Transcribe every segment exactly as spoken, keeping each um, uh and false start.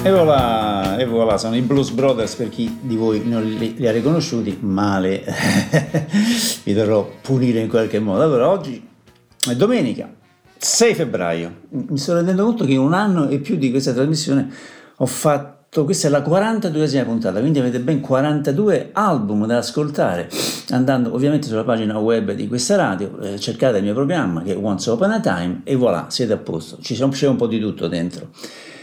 E voilà, e voilà, sono i Blues Brothers, per chi di voi non li, li ha riconosciuti, male, vi dovrò punire in qualche modo. Allora, oggi è domenica, sei febbraio, mi sto rendendo conto che in un anno e più di questa trasmissione ho fatto, questa è la quarantaduesima puntata, quindi avete ben quarantadue album da ascoltare, andando ovviamente sulla pagina web di questa radio, eh, cercate il mio programma che è Once Upon a Time e voilà, siete a posto, ci c'è un, c'è un po' di tutto dentro.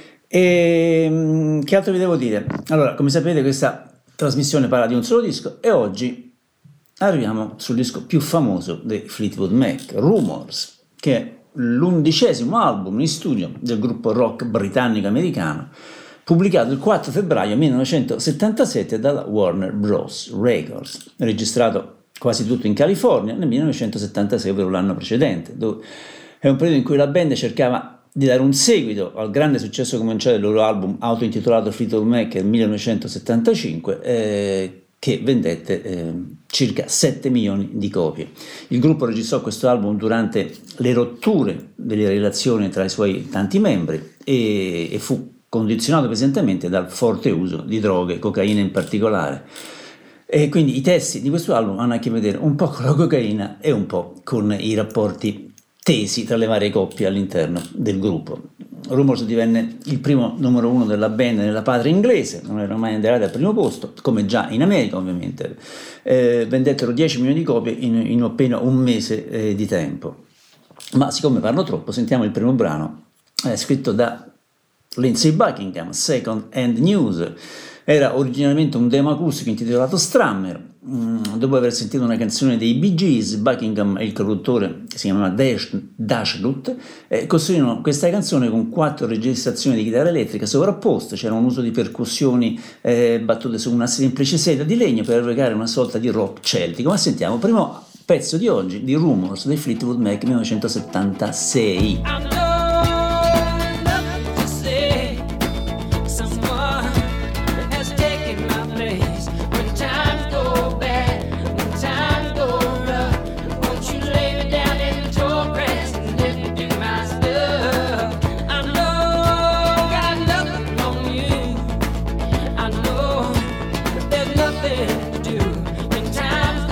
E che altro vi devo dire? Allora, come sapete, questa trasmissione parla di un solo disco e oggi arriviamo sul disco più famoso dei Fleetwood Mac, Rumours, che è l'undicesimo album in studio del gruppo rock britannico-americano, pubblicato il quattro febbraio millenovecentosettantasette dalla Warner Bros. Records, registrato quasi tutto in California nel millenovecentosettantasei, ovvero l'anno precedente, dove è un periodo in cui la band cercava di dare un seguito al grande successo commerciale del loro album autointitolato Fleetwood Mac nel millenovecentosettantacinque, eh, che vendette eh, circa sette milioni di copie. Il gruppo registrò questo album durante le rotture delle relazioni tra i suoi tanti membri e, e fu condizionato pesantemente dal forte uso di droghe, cocaina in particolare. E quindi i testi di questo album hanno a che vedere un po' con la cocaina e un po' con i rapporti tesi tra le varie coppie all'interno del gruppo. Rumours divenne il primo numero uno della band nella patria inglese, non erano mai andati al primo posto, come già in America ovviamente. Eh, vendettero dieci milioni di copie in, in appena un mese eh, di tempo. Ma siccome parlo troppo, sentiamo il primo brano, eh, scritto da Lindsey Buckingham, Second Hand News. Era originalmente un demo acustico intitolato Strammer. Mm, dopo aver sentito una canzone dei Bee Gees, Buckingham e il produttore, che si chiamava Dash, Dashlut, eh, costruirono questa canzone con quattro registrazioni di chitarra elettrica sovrapposte. C'era un uso di percussioni eh, battute su una semplice seta di legno per evocare una sorta di rock celtico. Ma sentiamo, primo pezzo di oggi di Rumours dei Fleetwood Mac millenovecentosettantasei.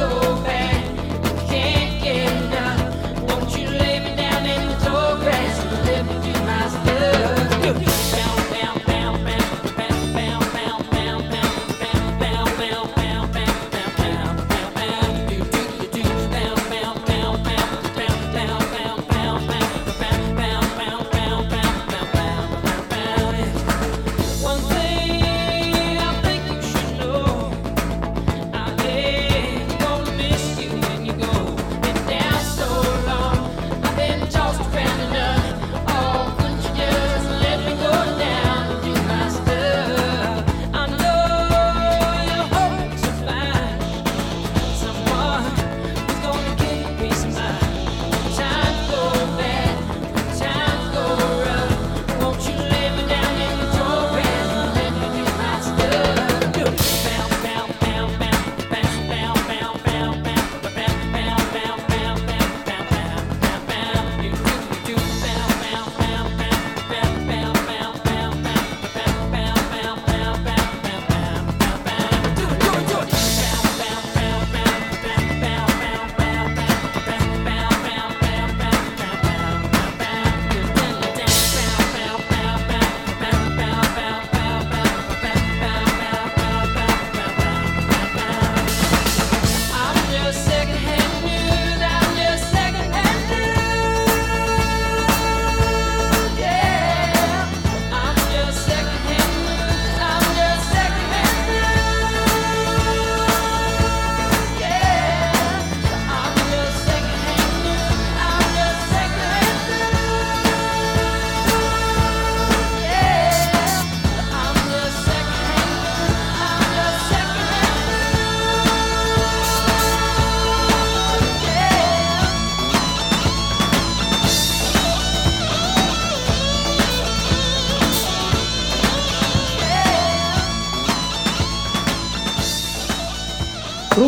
Don't you lay me down in the tall grass.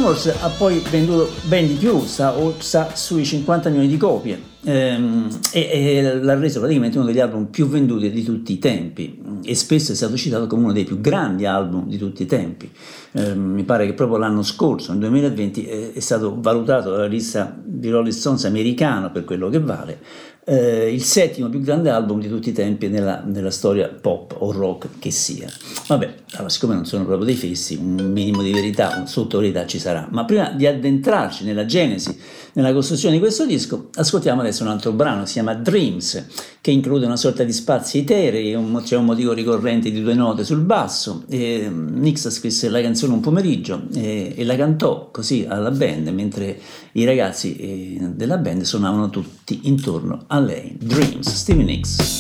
Rumors ha poi venduto ben di più, sta, o, sta sui cinquanta milioni di copie, ehm, e, e l'ha reso praticamente uno degli album più venduti di tutti i tempi, e spesso è stato citato come uno dei più grandi album di tutti i tempi. Eh, mi pare che proprio l'anno scorso, nel duemilaventi, è, è stato valutato dalla lista di Rolling Stones americano, per quello che vale, eh, il settimo più grande album di tutti i tempi nella, nella storia pop o rock che sia. Vabbè, allora, siccome non sono proprio dei fessi, un minimo di verità, un sotto verità ci sarà, ma prima di addentrarci nella genesi, nella costruzione di questo disco, ascoltiamo adesso un altro brano, si chiama Dreams, che include una sorta di spazi eterei, un, c'è un motivo ricorrente di due note sul basso. E Nix scrisse la canzone un pomeriggio e, e la cantò così alla band, mentre i ragazzi eh, della band suonavano tutti intorno a lei. Dreams, Stevie Nicks.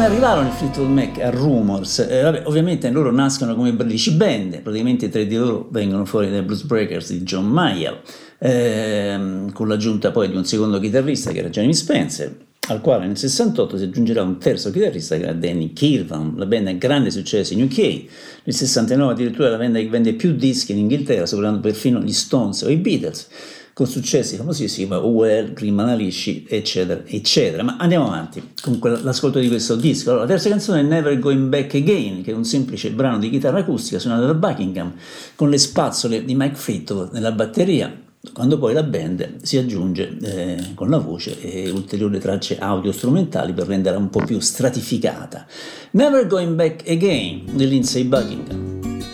come arrivarono i Fleetwood Mac a Rumours? Eh, vabbè, ovviamente loro nascono come British Band, praticamente tre di loro vengono fuori dai Blues Breakers di John Mayall, ehm, con l'aggiunta poi di un secondo chitarrista che era Jamie Spencer, al quale nel sessantotto si aggiungerà un terzo chitarrista che era Danny Kirwan. La band ha grande successo in U K, nel sessantanove addirittura la band vende più dischi in Inghilterra, superando perfino gli Stones o i Beatles, con successi famosissimi come Oh Well, Green Manalishi, eccetera, eccetera. Ma andiamo avanti con l'ascolto di questo disco. Allora, la terza canzone è Never Going Back Again, che è un semplice brano di chitarra acustica suonato da Buckingham, con le spazzole di Mike Fleetwood nella batteria, quando poi la band si aggiunge eh, con la voce e ulteriori tracce audio strumentali per renderla un po' più stratificata. Never Going Back Again di Lindsey Buckingham.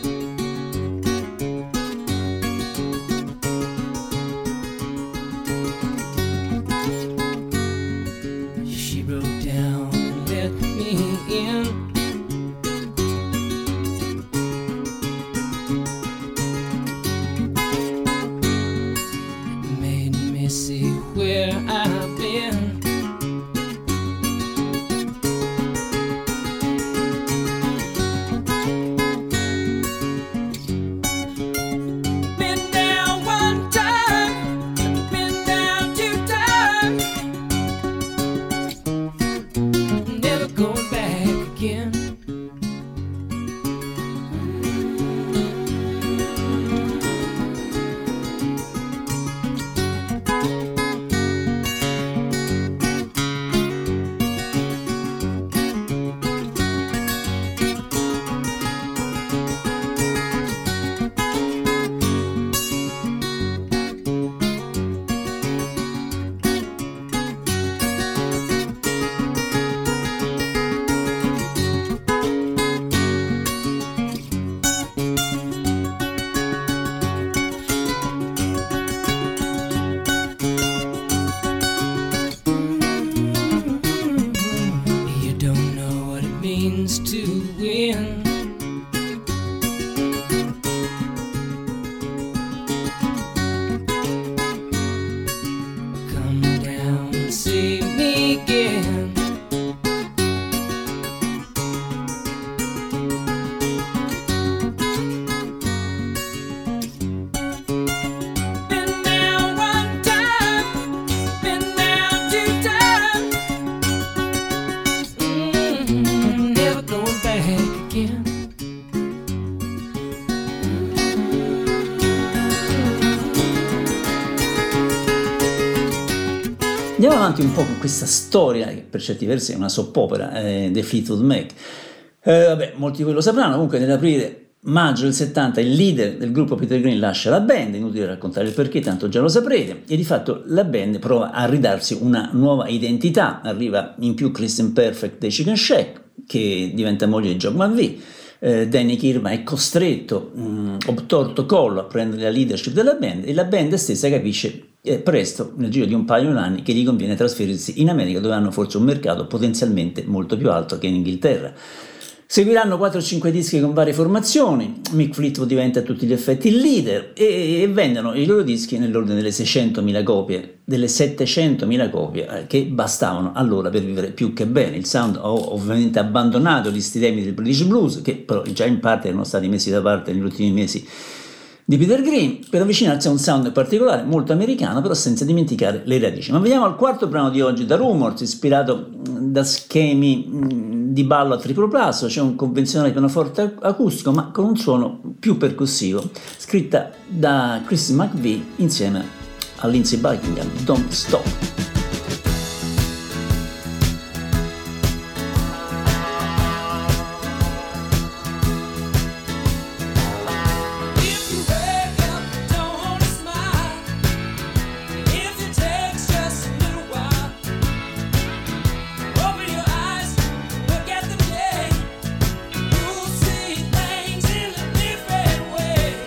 Andiamo avanti un po' con questa storia, che per certi versi è una soap opera, eh, dei Fleetwood Mac. Eh, vabbè, molti di voi lo sapranno, comunque nell'aprile maggio del settanta il leader del gruppo Peter Green lascia la band, inutile raccontare il perché, tanto già lo saprete, e di fatto la band prova a ridarsi una nuova identità. Arriva in più Kristen Perfect dei Chicken Shack, che diventa moglie di Jock McVie. Eh, Danny Kirwan è costretto, mh, obtorto collo, a prendere la leadership della band, e la band stessa capisce eh, presto, nel giro di un paio di anni, che gli conviene trasferirsi in America, dove hanno forse un mercato potenzialmente molto più alto che in Inghilterra. Seguiranno quattro o cinque dischi con varie formazioni, Mick Fleetwood diventa a tutti gli effetti il leader e, e vendono i loro dischi nell'ordine delle seicentomila copie, delle settecentomila copie eh, che bastavano allora per vivere più che bene. Il sound ha ovviamente abbandonato gli stilemi del British Blues, che però già in parte erano stati messi da parte negli ultimi mesi di Peter Green, per avvicinarsi a un sound particolare, molto americano, però senza dimenticare le radici. Ma veniamo al quarto brano di oggi, da Rumours, ispirato da schemi di ballo a triplo passo. C'è un convenzionale pianoforte acustico, ma con un suono più percussivo, scritta da Kristen McVie insieme a Lindsey Buckingham, Don't Stop.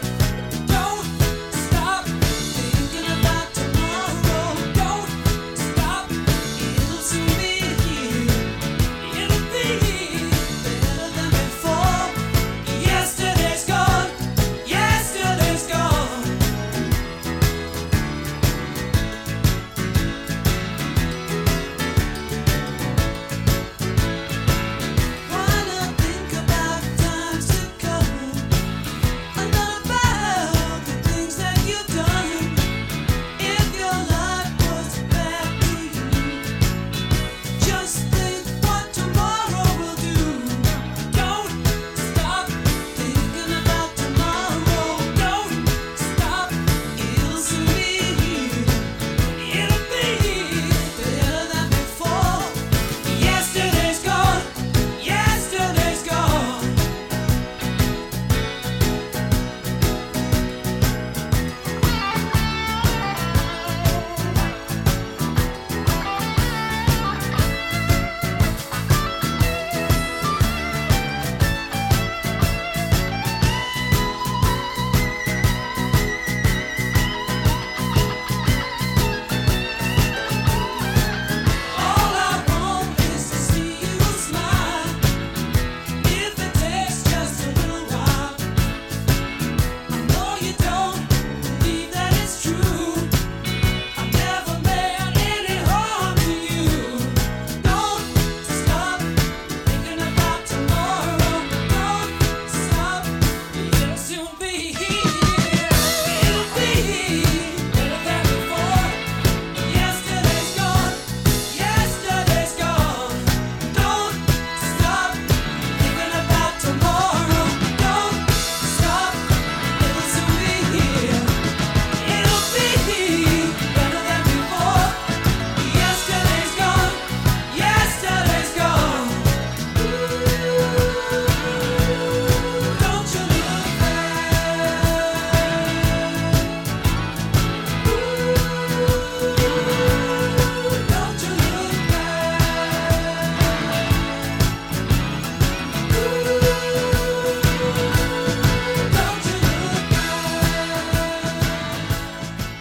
Stop thinking about tomorrow. Don't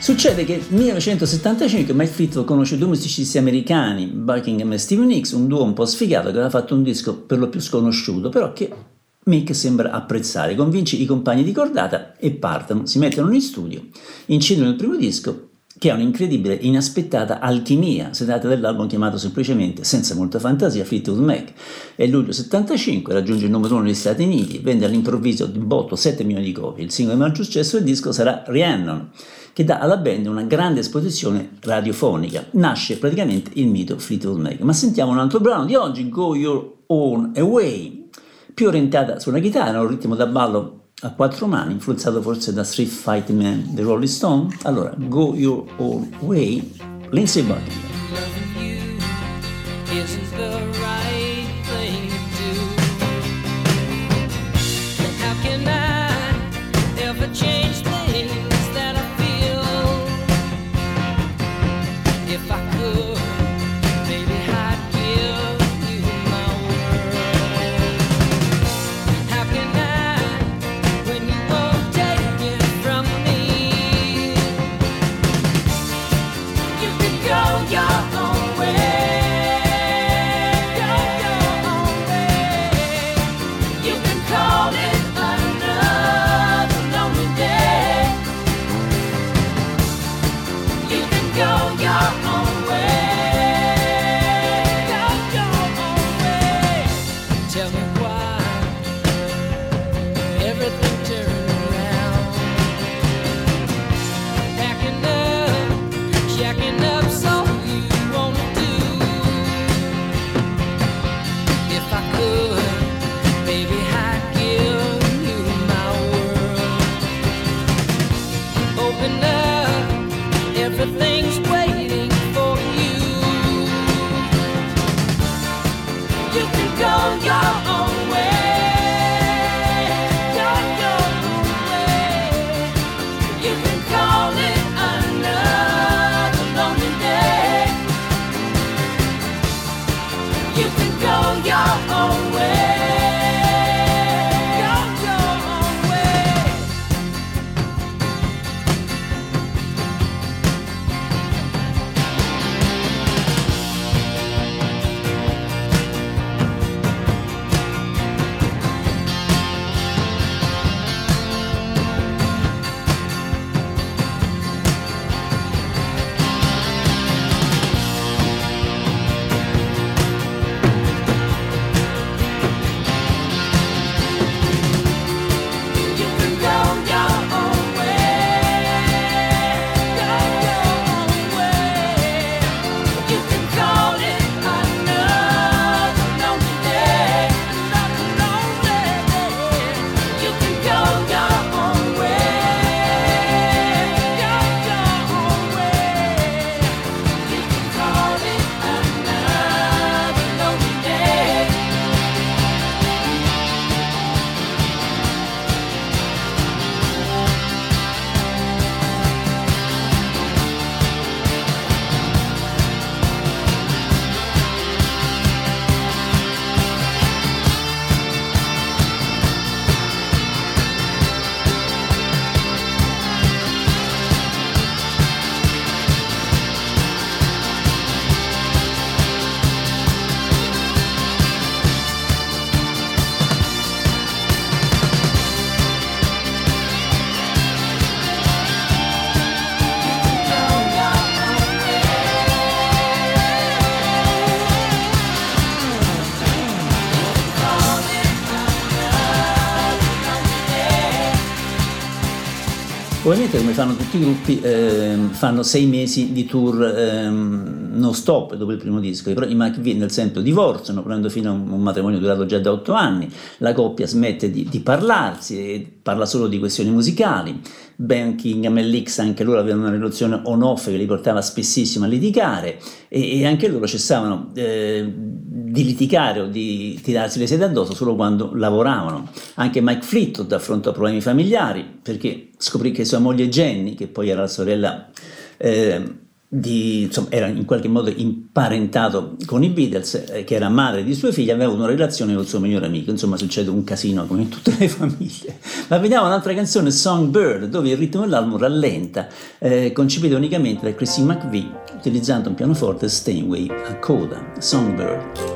Succede che nel millenovecentosettantacinque Mike Fleetwood conosce due musicisti americani, Buckingham e Stevie Nicks, un duo un po' sfigato che aveva fatto un disco per lo più sconosciuto, però che Mick sembra apprezzare. Convince i compagni di cordata e partono, si mettono in studio, incidono il primo disco che ha un'incredibile, inaspettata alchimia. Si tratta dell'album chiamato semplicemente, senza molta fantasia, Fleetwood Mac. È luglio settantacinque, raggiunge il numero uno negli Stati Uniti, vende all'improvviso di botto sette milioni di copie. Il singolo di maggior successo del disco sarà Rhiannon, che dà alla band una grande esposizione radiofonica. Nasce praticamente il mito Fleetwood Mac. Ma sentiamo un altro brano di oggi, Go Your Own Way, più orientata sulla chitarra, un ritmo da ballo a quattro mani, influenzato forse da Street Fighting Man, The Rolling Stone. Allora, Go Your Own Way, Lindsey Buckingham. Loving you isn't the right thing to do. How can I ever change things that I feel? If I could, maybe I'd give you my world. How can I, when you won't take it from me? You can go your own way, go your own way. You can call it another lonely day. You can go your own way, go your own way. Tell me why everything turned around. Packing up, jacking up, so you wanna do. If I could, baby, I'd give you my world. Open up, everything's waiting for you. You can go your own way, go your own way. You can call it another lonely day. You can go your own way, go your own way. You can go your own way, go your own way. You can call it another lonely day, another lonely day. You can go your own way, go your own way. You can call it another lonely day. Ovviamente, come fanno tutti i gruppi, ehm, fanno sei mesi di tour ehm, non stop dopo il primo disco. Però i McVie nel senso divorziano, prendendo fino a un, un matrimonio durato già da otto anni. La coppia smette di, di parlarsi e parla solo di questioni musicali. Buckingham e Licks anche loro avevano una relazione on-off che li portava spessissimo a litigare, e, e anche loro cessavano eh, di litigare o di tirarsi le sedie addosso solo quando lavoravano. Anche Mike Fleetwood affrontò problemi familiari perché scoprì che sua moglie Jenny, che poi era la sorella eh, di, insomma, era in qualche modo imparentato con i Beatles, eh, che era madre di sue figlie, aveva avuto una relazione con il suo migliore amico. Insomma, succede un casino come in tutte le famiglie. Ma vediamo un'altra canzone, Songbird, dove il ritmo dell'album rallenta, eh, concepito unicamente da Christine McVie, utilizzando un pianoforte Steinway a coda. Songbird.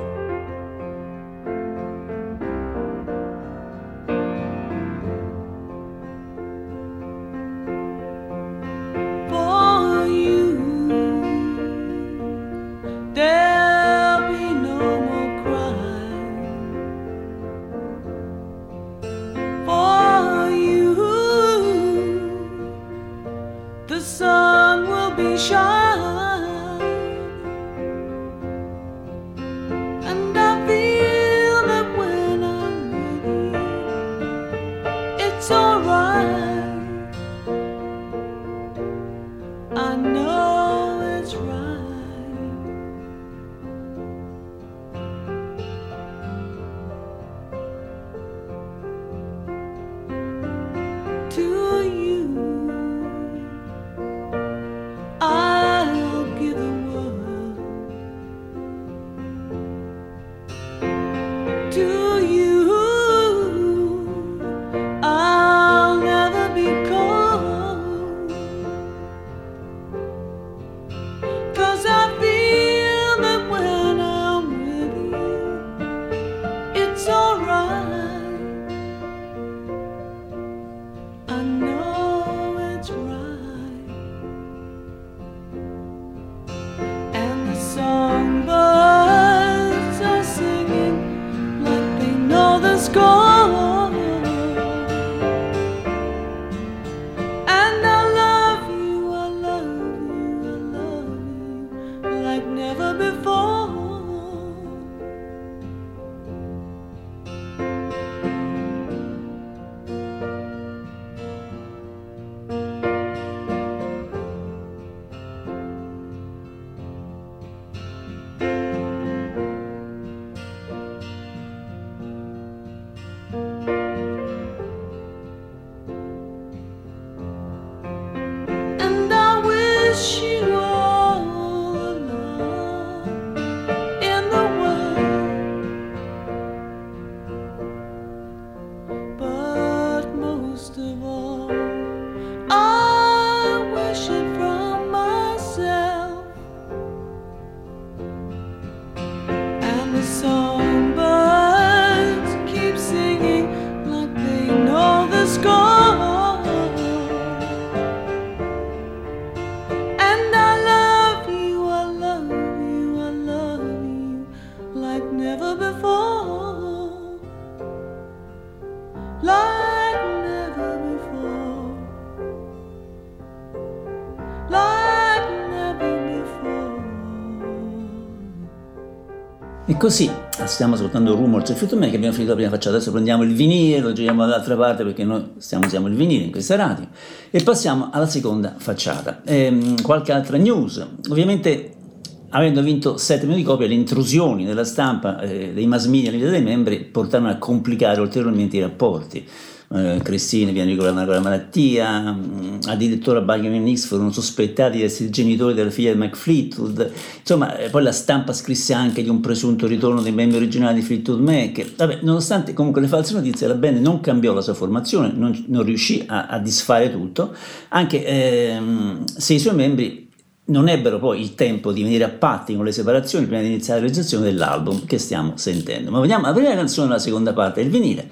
E così stiamo ascoltando Rumors e Fleetwood Mac, che abbiamo finito la prima facciata. Adesso prendiamo il vinile, lo giriamo dall'altra parte perché noi stiamo, usiamo il vinile in questa radio, e passiamo alla seconda facciata. Ehm, qualche altra news. Ovviamente, avendo vinto sette milioni di copie, le intrusioni della stampa, eh, dei mass media, nella vita dei membri, portarono a complicare ulteriormente i rapporti. Uh, Christine viene ricordata con la malattia, um, addirittura Buckingham e Nix furono sospettati di essere i genitori della figlia di Mike Fleetwood. Insomma, eh, poi la stampa scrisse anche di un presunto ritorno dei membri originali di Fleetwood Mac. Vabbè, nonostante comunque le false notizie, la band non cambiò la sua formazione, non, non riuscì a, a disfare tutto, anche ehm, se i suoi membri non ebbero poi il tempo di venire a patti con le separazioni prima di iniziare la realizzazione dell'album che stiamo sentendo. Ma vediamo la prima canzone della seconda parte, il vinile,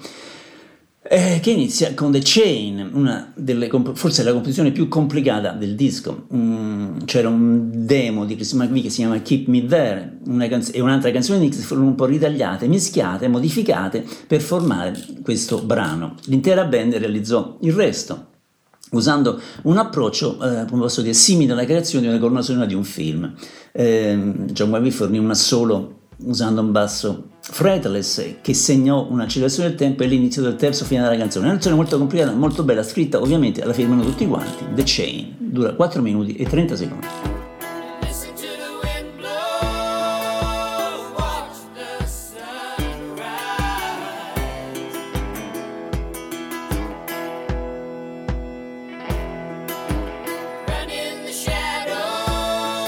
Eh, che inizia con The Chain, una delle comp- forse la composizione più complicata del disco. Mm, c'era un demo di Chris McVie che si chiama Keep Me There, una canz- e un'altra canzone di Nix furono un po' ritagliate, mischiate, modificate per formare questo brano. L'intera band realizzò il resto usando un approccio, eh, come posso dire, simile alla creazione di una colonna sonora di un film. Eh, John McVie fornì un assolo usando un basso fretless che segnò un'accelerazione del tempo e l'inizio del terzo finale della canzone. Una canzone molto complicata, molto bella, scritta ovviamente, la firmano tutti quanti. The Chain dura quattro minuti e trenta secondi. Run in the shadows.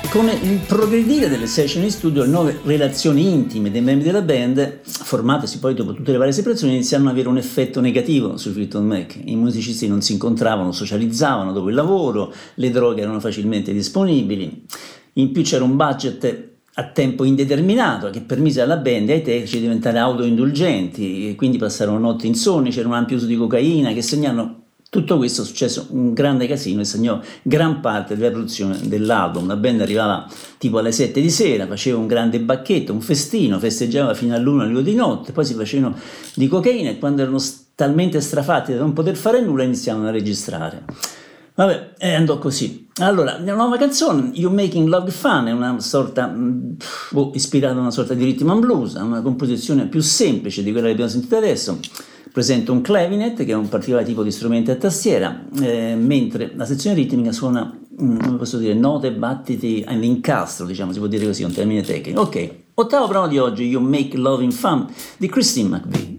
con il progredire delle session in studio, le nuove relazioni intime dei membri della band, formatesi poi dopo tutte le varie separazioni, iniziarono ad avere un effetto negativo sui Fleetwood Mac. I musicisti non si incontravano, socializzavano dopo il lavoro, le droghe erano facilmente disponibili, in più c'era un budget a tempo indeterminato che permise alla band e ai tecnici di diventare autoindulgenti, e quindi passarono notti insonni, c'era un ampio uso di cocaina che segnarono. Tutto questo è successo un grande casino e segnò gran parte della produzione dell'album. La band arrivava tipo alle sette di sera, faceva un grande bacchetto, un festino, festeggiava fino all'una, alle due di notte, poi si facevano di cocaina e quando erano talmente strafatti da non poter fare nulla iniziavano a registrare. Vabbè, e andò così. Allora, la nuova canzone, You Making Love Fun, è una sorta, boh, ispirata a una sorta di rhythm and blues, una composizione più semplice di quella che abbiamo sentito adesso. Presenta un clavinet, che è un particolare tipo di strumento a tastiera, eh, mentre la sezione ritmica suona, come posso dire, note, battiti all'incastro, diciamo, si può dire così, un termine tecnico. Ok, ottavo brano di oggi, You Make Loving Fun, di Christine McVie.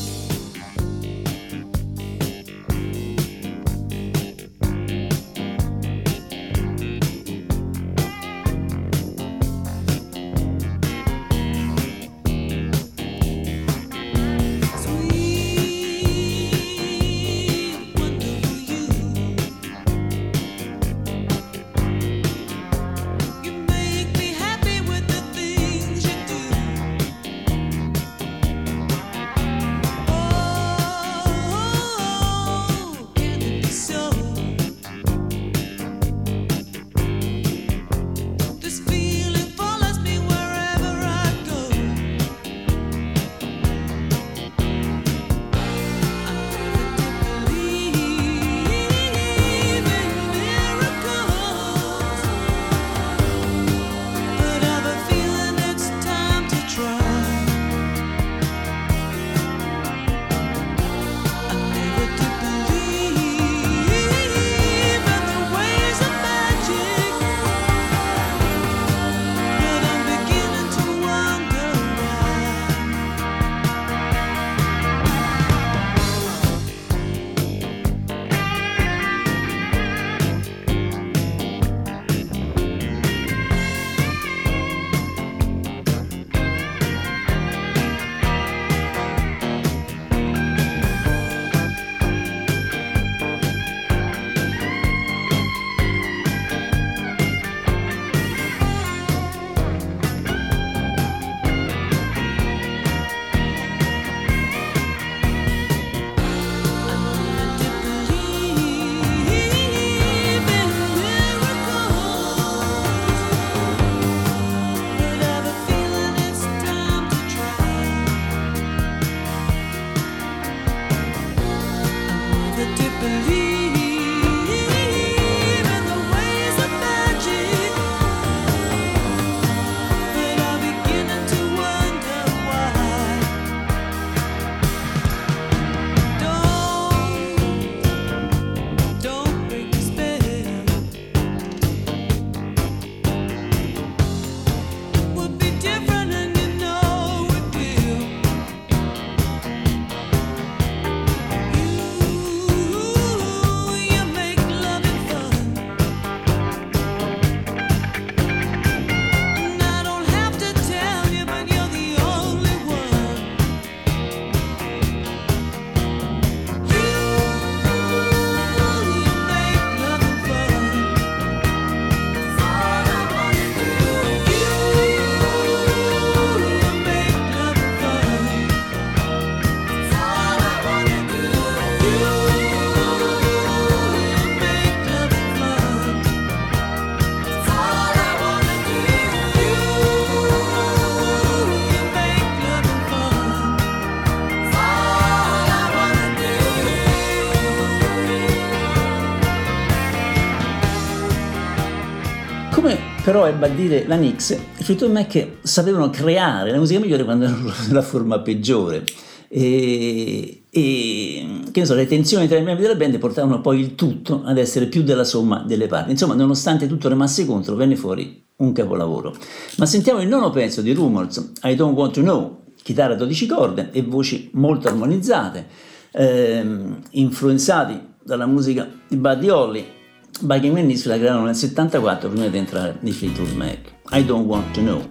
Però ebbe a dire la Nix, i Fleetwood Mac sapevano creare la musica migliore quando erano nella forma peggiore. E, e che ne so, le tensioni tra i membri della band portarono poi il tutto ad essere più della somma delle parti. Insomma, nonostante tutto remasse contro, venne fuori un capolavoro. Ma sentiamo il nono pezzo di Rumours, I Don't Want to Know, chitarra a dodici corde e voci molto armonizzate, ehm, influenzati dalla musica di Buddy Holly. Bugging Man Discs la crearono nel settantaquattro prima di entrare nei Fleetwood Mac. I Don't Want to Know.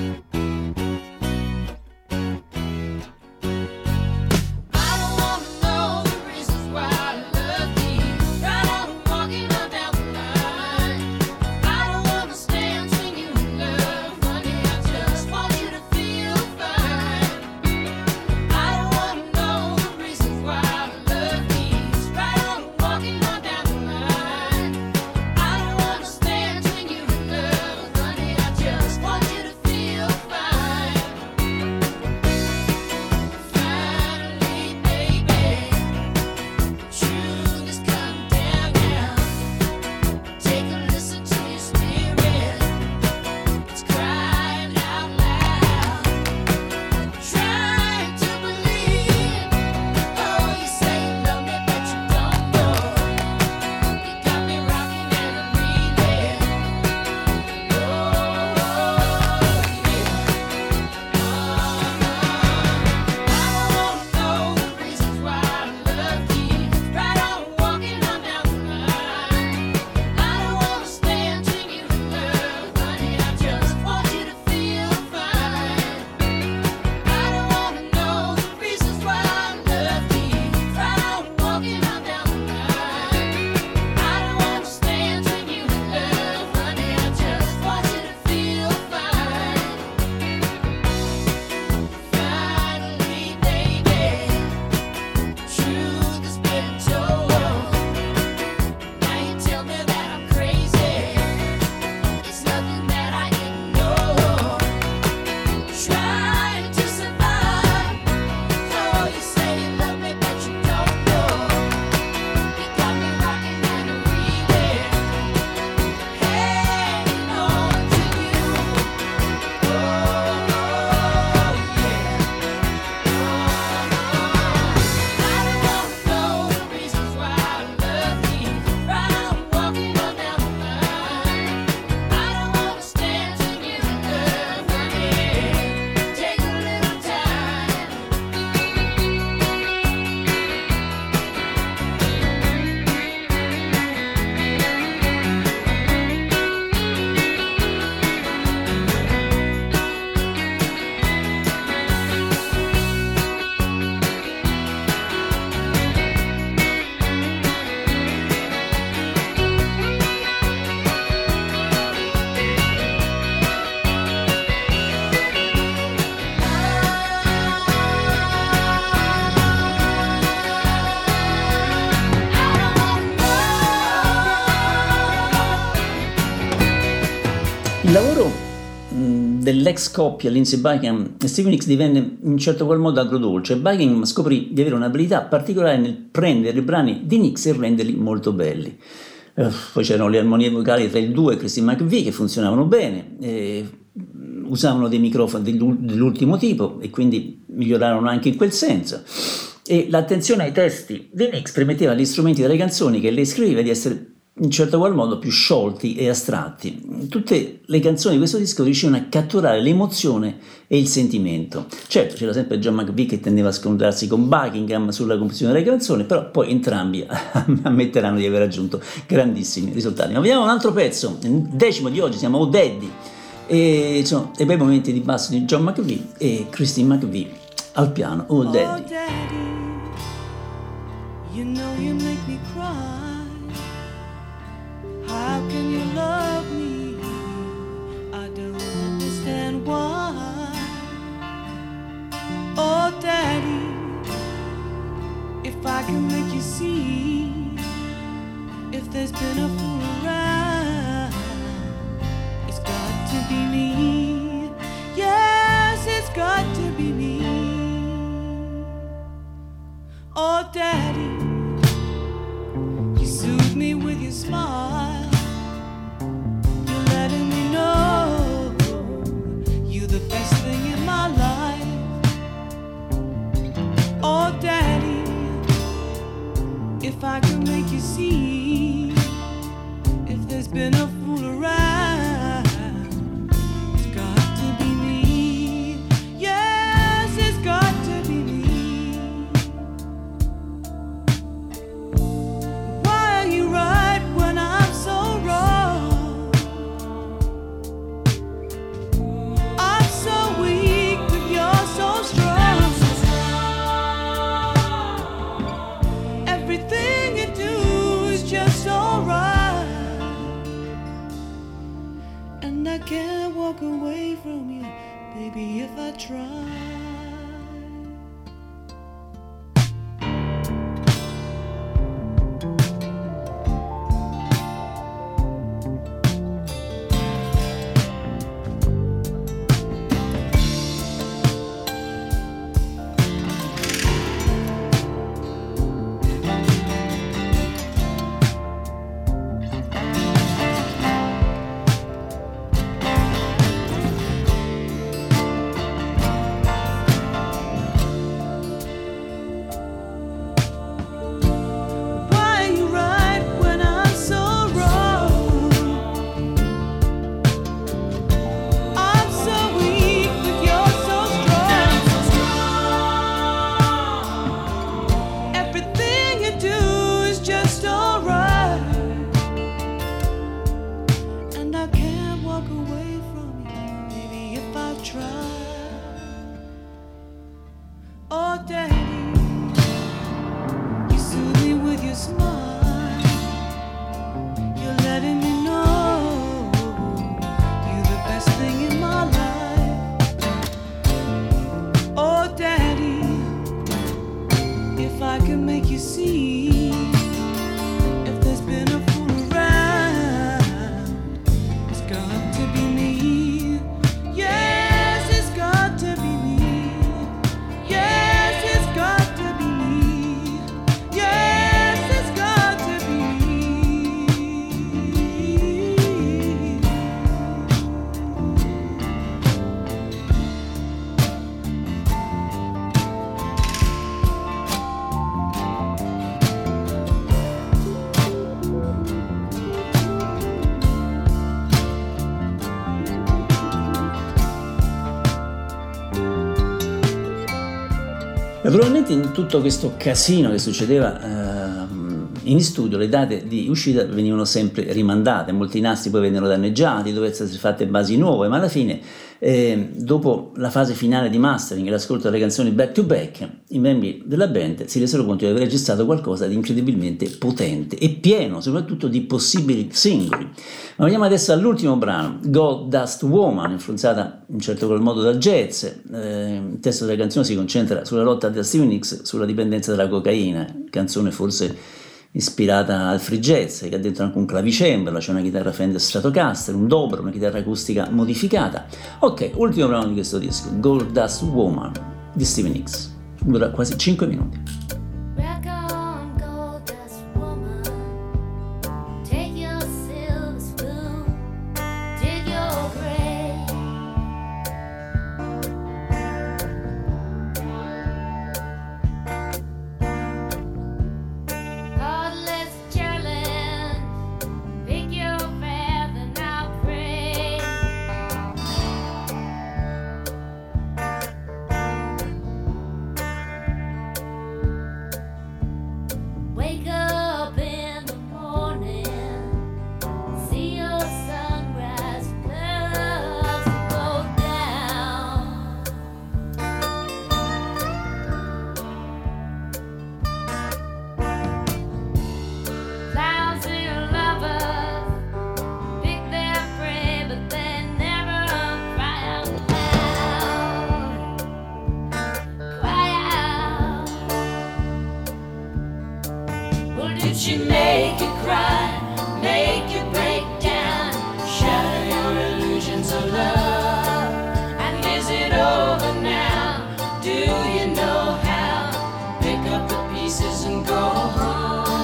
Il lavoro mh, dell'ex coppia Lindsey Buckingham e Stevie Nicks divenne in un certo qual modo agrodolce. Buckingham scoprì di avere un'abilità particolare nel prendere i brani di Nicks e renderli molto belli. Uh, poi c'erano le armonie vocali tra il duo e Christine McVie che funzionavano bene, e usavano dei microfoni dell'ultimo tipo e quindi migliorarono anche in quel senso. E l'attenzione ai testi di Nicks permetteva agli strumenti delle canzoni che lei scriveva di essere in un certo qual modo più sciolti e astratti. Tutte le canzoni di questo disco riuscivano a catturare l'emozione e il sentimento. Certo, c'era sempre John McVie che tendeva a scontrarsi con Buckingham sulla composizione delle canzoni, però poi entrambi ammetteranno di aver raggiunto grandissimi risultati. Ma vediamo un altro pezzo, il decimo di oggi, siamo Oh Daddy, e sono i bei momenti di basso di John McVie e Christine McVie al piano. Oh Daddy. Oh Daddy, you know you make me cry. How can you love me? I don't understand why. Oh Daddy, if I can make you see, if there's been a fool around, it's got to be me. Yes, it's got to be me. Oh Daddy, you soothe me with your smile. You're letting me know you're the best thing in my life. Oh Daddy, if I can make you see, if there's been a fool around, it's got to be me. Yes, it's got to be me. Why are you right when I'm can't walk away from you, baby, if I try. Why you right when I'm so wrong? I'm so weak, but you're so strong. Everything you do is just alright, and I can't walk away from you, maybe if I try. Oh, Daddy, you soothe me with your smile. You're letting me know you're the best thing in my life. Oh, Daddy, if I could make you see, if there's been a fool around, it's got to be me. Yes, it's got to be me. Yes, it's got to be me. Yes, it's got to be me. Naturalmente in tutto questo casino che succedeva ehm, in studio le date di uscita venivano sempre rimandate, molti nastri poi vennero danneggiati, dovevano essere fatte basi nuove, ma alla fine eh, dopo la fase finale di mastering e l'ascolto delle canzoni back to back, i membri della band si resero conto di aver registrato qualcosa di incredibilmente potente e pieno soprattutto di possibili singoli. Ma veniamo adesso all'ultimo brano, Gold Dust Woman, influenzata in certo qual modo dal jazz. Eh, il testo della canzone si concentra sulla lotta di Stevie Nicks sulla dipendenza dalla cocaina, canzone forse ispirata al free jazz, che ha dentro anche un clavicembalo, c'è una chitarra Fender Stratocaster, un dobro, una chitarra acustica modificata. Ok, ultimo brano di questo disco, Gold Dust Woman di Stevie Nicks, dura quasi cinque minuti. Rock on, gold dust woman. Take your silver spoon, dig your grave. Heartless challenge, pick your path and I'll pray. Wake up in the morning, see your sunrise clouds go down. Thousand lovers pick their prey, but they never cry out loud. Cry out. Well, did she make you cry, make you break down, shatter your illusions of love? And is it over now? Do you know how? Pick up the pieces and go home.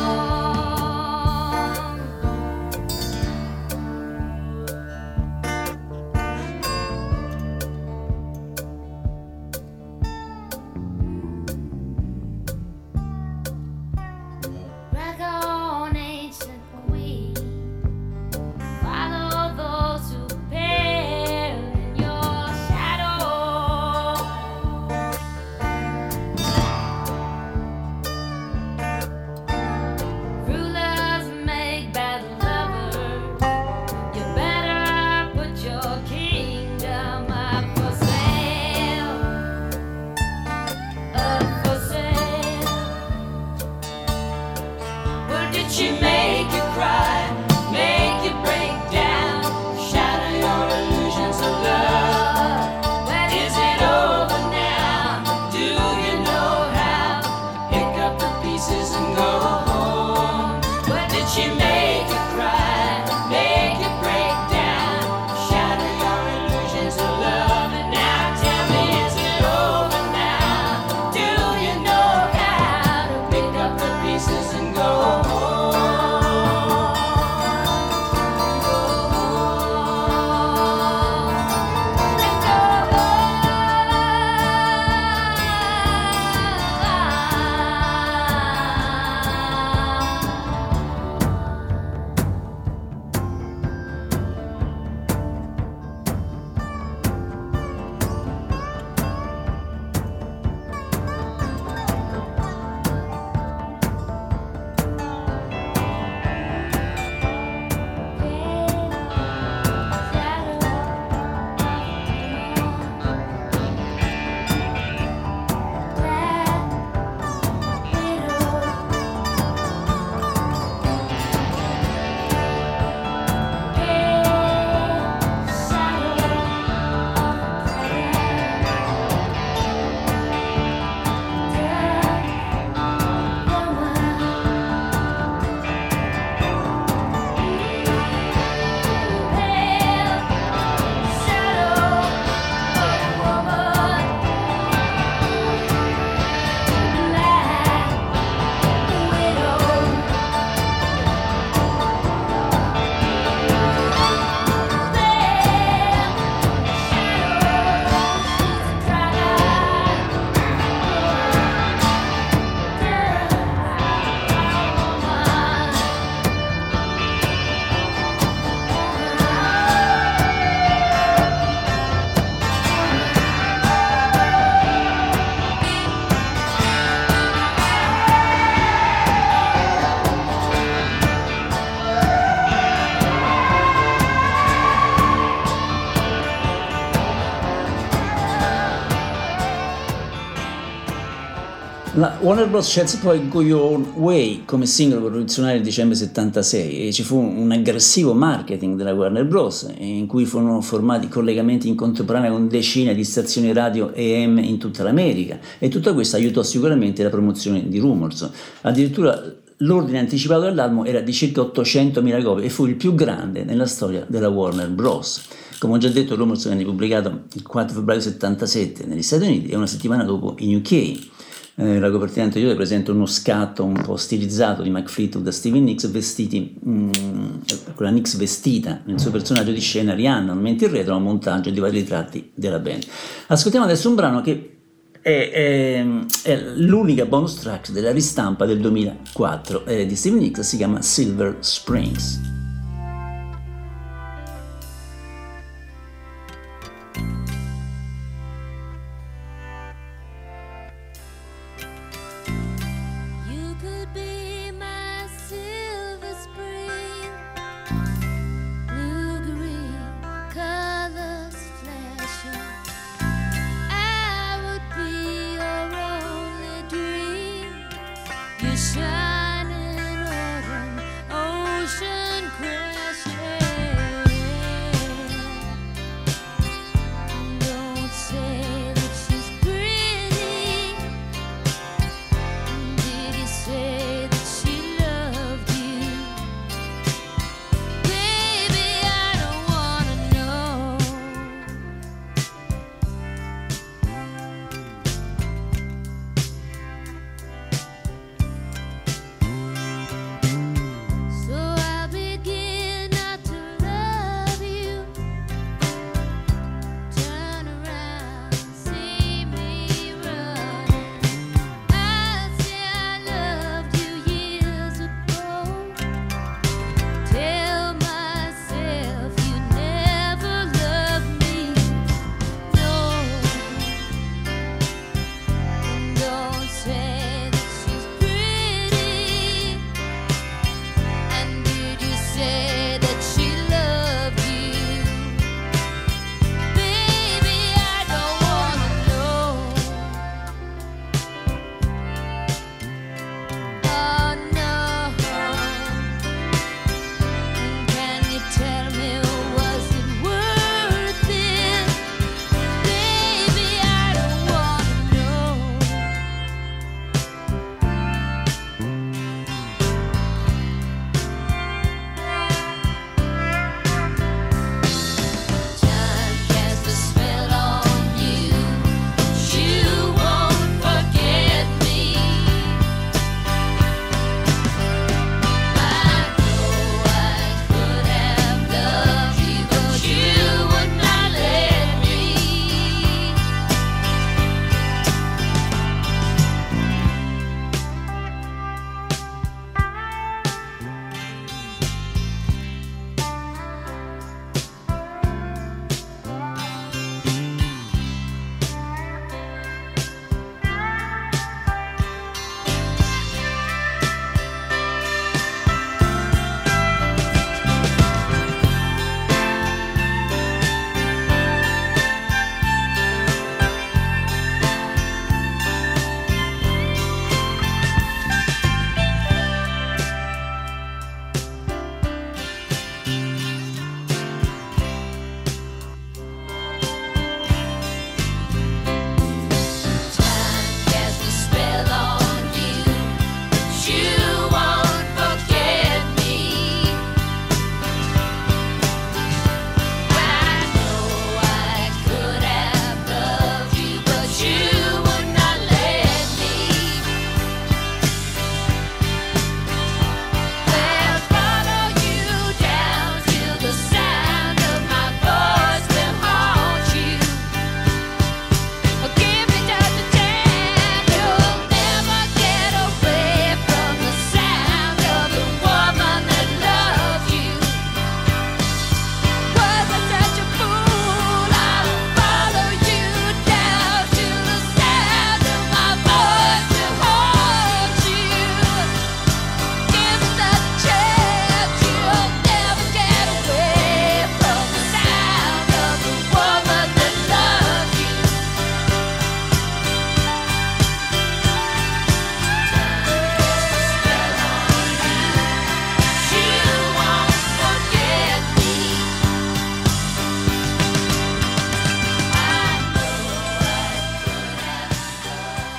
Rock on, ancient queen. Follow those who bear in your shadow. La Warner Bros. Scelse poi Go Your Own Way come singolo promozionale nel dicembre settantasei e ci fu un aggressivo marketing della Warner Bros. In cui furono formati collegamenti in contemporanea con decine di stazioni radio A M in tutta l'America e tutto questo aiutò sicuramente la promozione di Rumors. Addirittura l'ordine anticipato dell'album era di circa ottocentomila copie e fu il più grande nella storia della Warner Bros. Come ho già detto, Rumors venne pubblicato il quattro febbraio settantasette negli Stati Uniti e una settimana dopo in U K. Eh, la copertina anteriore presenta uno scatto un po' stilizzato di Mike Fleetwood da Stevie Nicks vestiti mm, con la Nicks vestita nel suo personaggio di scena Rihanna, mentre in retro un montaggio di vari ritratti della band. Ascoltiamo adesso un brano che è, è, è l'unica bonus track della ristampa del duemilaquattro eh, di Stevie Nicks, si chiama Silver Springs. You could be my silver spring, blue-green colors flashing. I would be your only dream, your shining autumn ocean crashing. Don't say that she's pretty. Did you say that she loved you? Baby, I don't wanna know.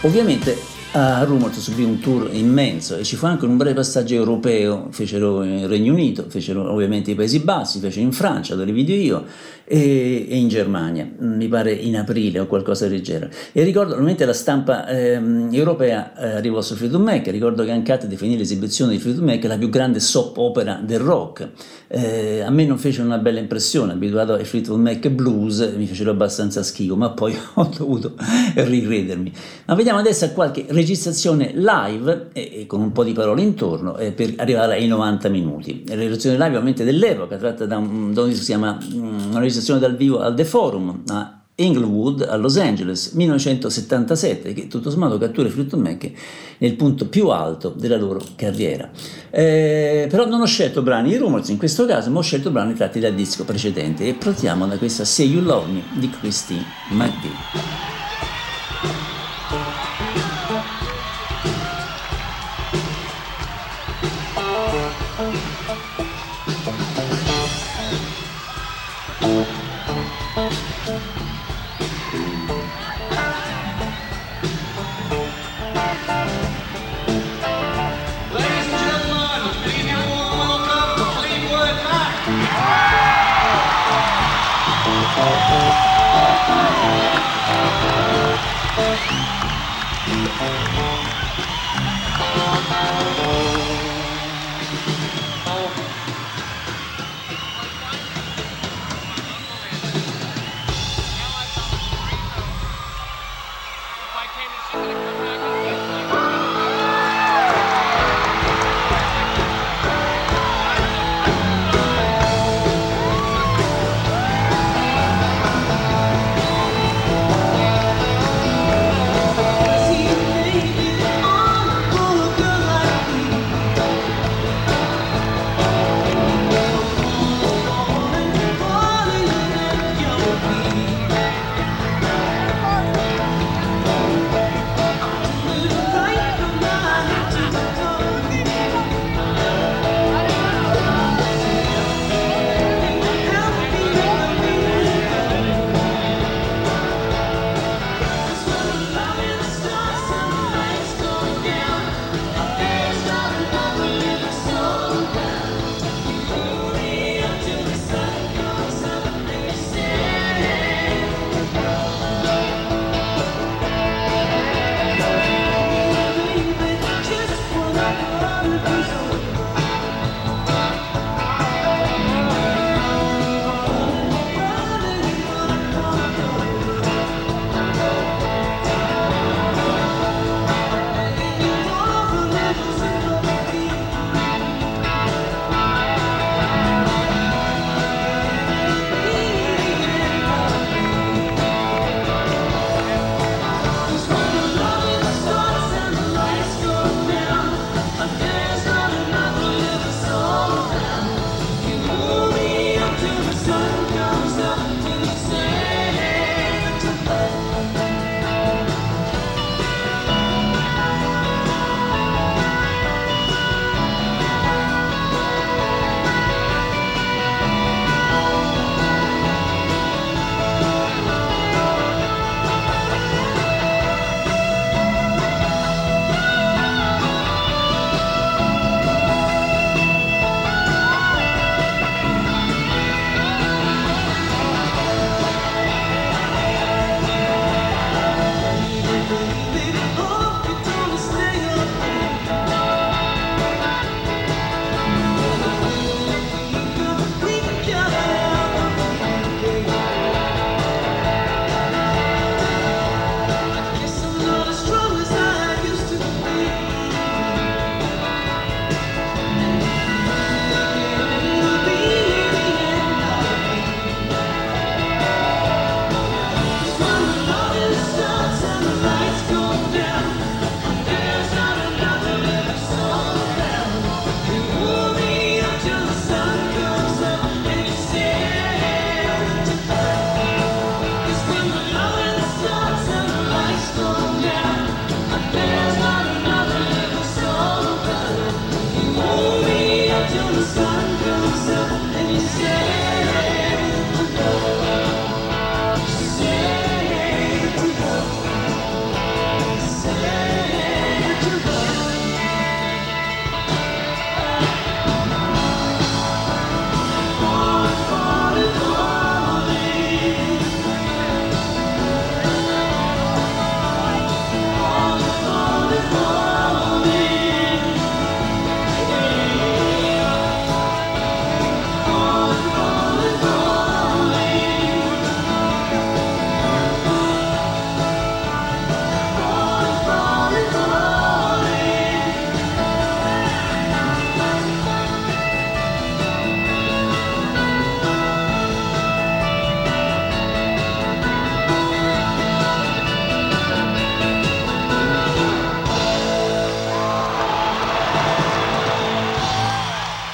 Ovviamente a Rumors subì un tour immenso e ci fu anche un breve passaggio europeo, fecero in Regno Unito, fecero ovviamente i Paesi Bassi, fecero in Francia, dove li vidi io, e, e in Germania, mi pare in aprile o qualcosa del genere. E ricordo, ovviamente la stampa ehm, europea eh, arrivò su Fleetwood Mac, ricordo che Uncut definì l'esibizione di Fleetwood Mac la più grande soap opera del rock. Eh, a me non fece una bella impressione, abituato ai Fleetwood Mac blues, mi fecero abbastanza schifo, ma poi ho dovuto ricredermi. Ma vediamo adesso a qualche registrazione live e, e con un po' di parole intorno eh, per arrivare ai novanta minuti. La registrazione live ovviamente dell'epoca, tratta da un, da un si chiama um, una registrazione dal vivo al The Forum a Inglewood a Los Angeles millenovecentosettantasette, che tutto sommato cattura i Fleetwood Mac nel punto più alto della loro carriera. Eh, però non ho scelto brani di Rumors in questo caso, ma ho scelto brani tratti dal disco precedente e partiamo da questa Say You Love Me di Christine McVie. Ladies and gentlemen, please give a warm welcome to Fleetwood Mac.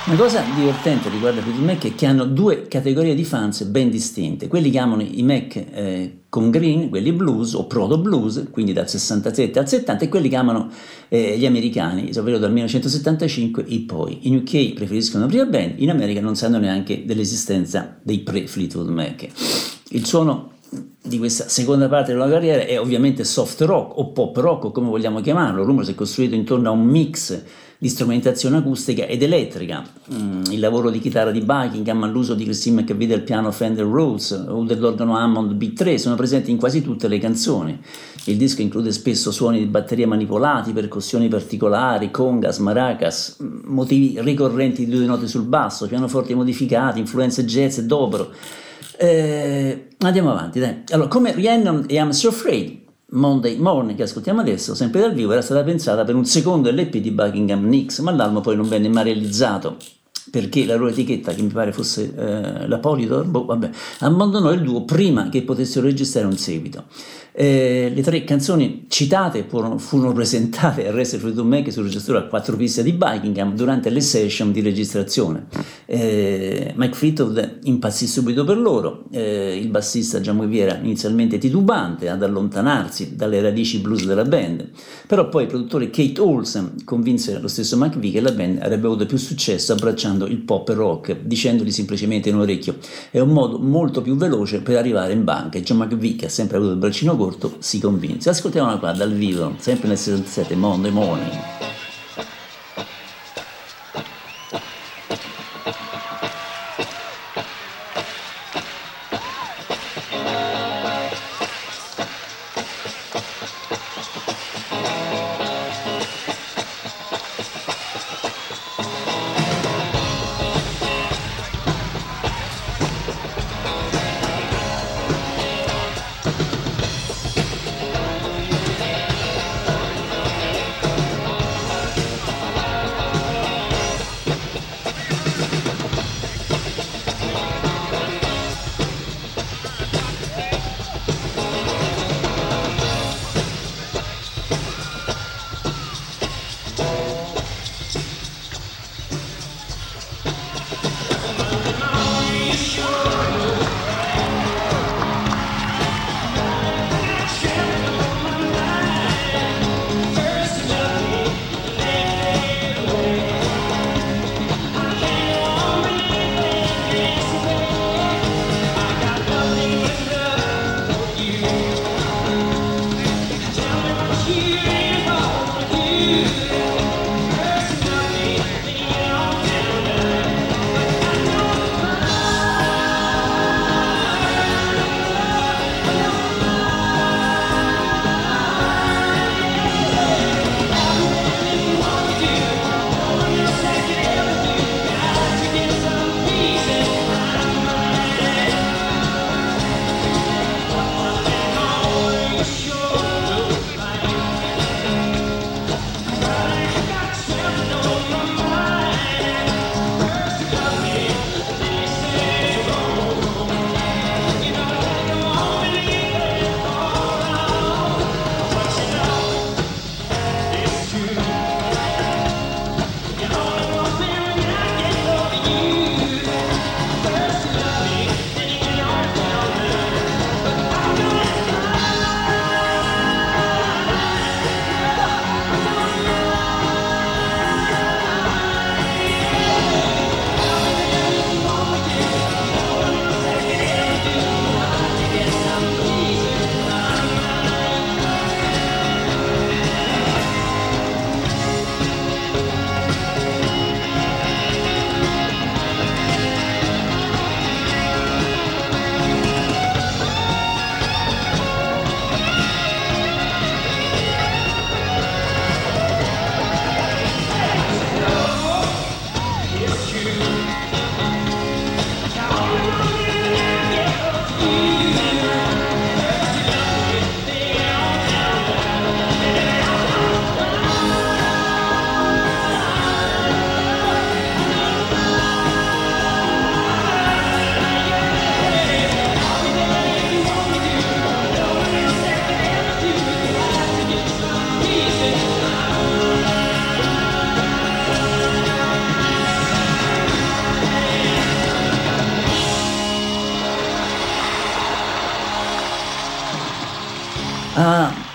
Una cosa divertente riguardo a Fleetwood Mac è che hanno due categorie di fans ben distinte. Quelli che amano i Mac eh, con Green, quelli blues o proto blues, quindi dal sessantasette al settanta, e quelli che amano eh, gli americani, ovvero dal millenovecentosettantacinque in poi. In U K preferiscono la prima band, in America non sanno neanche dell'esistenza dei pre-Fleetwood Mac. Il suono di questa seconda parte della carriera è ovviamente soft rock o pop rock, o come vogliamo chiamarlo. Rumors è costruito intorno a un mix di strumentazione acustica ed elettrica. Mm, il lavoro di chitarra di Buckingham, l'uso di Christine McVie del piano Fender Rhodes o dell'organo Hammond B tre sono presenti in quasi tutte le canzoni. Il disco include spesso suoni di batteria manipolati, percussioni particolari, congas, maracas, motivi ricorrenti di due note sul basso, pianoforti modificati, influenze jazz e dobro. Eh, andiamo avanti, dai. Allora, come Rhiannon e I'm So Afraid, Monday Morning, che ascoltiamo adesso, sempre dal vivo, era stata pensata per un secondo L P di Buckingham Nicks, ma l'album poi non venne mai realizzato perché la loro etichetta, che mi pare fosse eh, la Polydor, boh, vabbè, abbandonò il duo prima che potessero registrare un seguito. Eh, le tre canzoni citate furono, furono presentate al Resto Fleetwood Mac sul registratore a quattro piste di Buckingham durante le session di registrazione. Eh, Mike Fleetwood impazzì subito per loro, eh, il bassista John McVie era inizialmente titubante ad allontanarsi dalle radici blues della band, però poi il produttore Kate Olsen convinse lo stesso McVie che la band avrebbe avuto più successo abbracciando il pop e rock, dicendogli semplicemente in un orecchio: è un modo molto più veloce per arrivare in banca. E John McVie, che ha sempre avuto il braccino corto, si convinse. Ascoltiamola qua dal vivo, sempre nel sessantasette, Monday Morning. Thank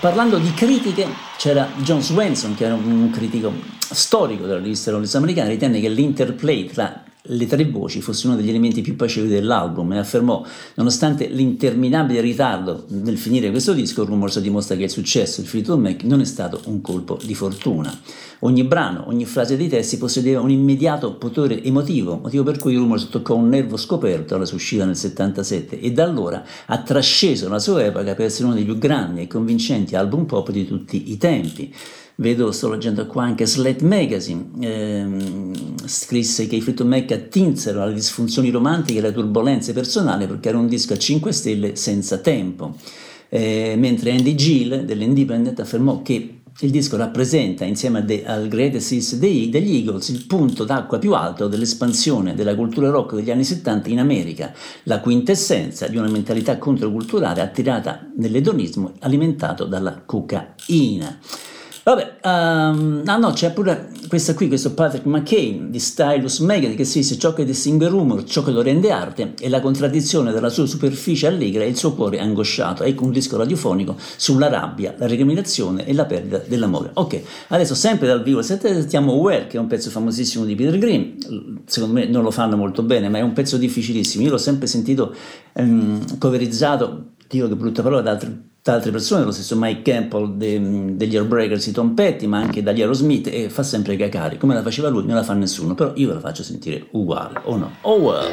Parlando di critiche, c'era John Swenson, che era un critico storico della rivista Rolling Stone americana, ritenne che l'interplay tra le tre voci fosse uno degli elementi più piacevoli dell'album e affermò: nonostante l'interminabile ritardo nel finire questo disco, Rumors dimostra che il successo del Fleetwood Mac non è stato un colpo di fortuna. Ogni brano, ogni frase dei testi possedeva un immediato potere emotivo, motivo per cui Rumors toccò un nervo scoperto alla sua uscita nel settantasette e da allora ha trasceso la sua epoca per essere uno dei più grandi e convincenti album pop di tutti i tempi. Vedo, sto leggendo qua anche Slate Magazine, ehm, scrisse che i Fleetwood Mac attinsero alle disfunzioni romantiche e alle turbolenze personali perché era un disco a cinque stelle senza tempo, eh, mentre Andy Gill dell'Independent affermò che il disco rappresenta, insieme a de, al Greatest Hits degli Eagles, il punto d'acqua più alto dell'espansione della cultura rock degli anni settanta in America, la quintessenza di una mentalità controculturale attirata nell'edonismo alimentato dalla cocaina. Vabbè, um, ah no, c'è pure questa qui, questo Patrick McCain di Stylus Magazine che scrisse: ciò che distingue Rumor, ciò che lo rende arte, è la contraddizione della sua superficie allegra e il suo cuore angosciato. Ecco un disco radiofonico sulla rabbia, la recriminazione e la perdita dell'amore. Ok, adesso sempre dal vivo sentiamo Well, che è un pezzo famosissimo di Peter Green. Secondo me non lo fanno molto bene, ma è un pezzo difficilissimo. Io l'ho sempre sentito um, coverizzato, dico che brutta parola, da altri da altre persone, lo stesso Mike Campbell de, degli Heartbreakers di Tom Petty, ma anche dagli Aerosmith, e fa sempre cacare, come la faceva lui non la fa nessuno, però io ve la faccio sentire uguale, o no? Oh well!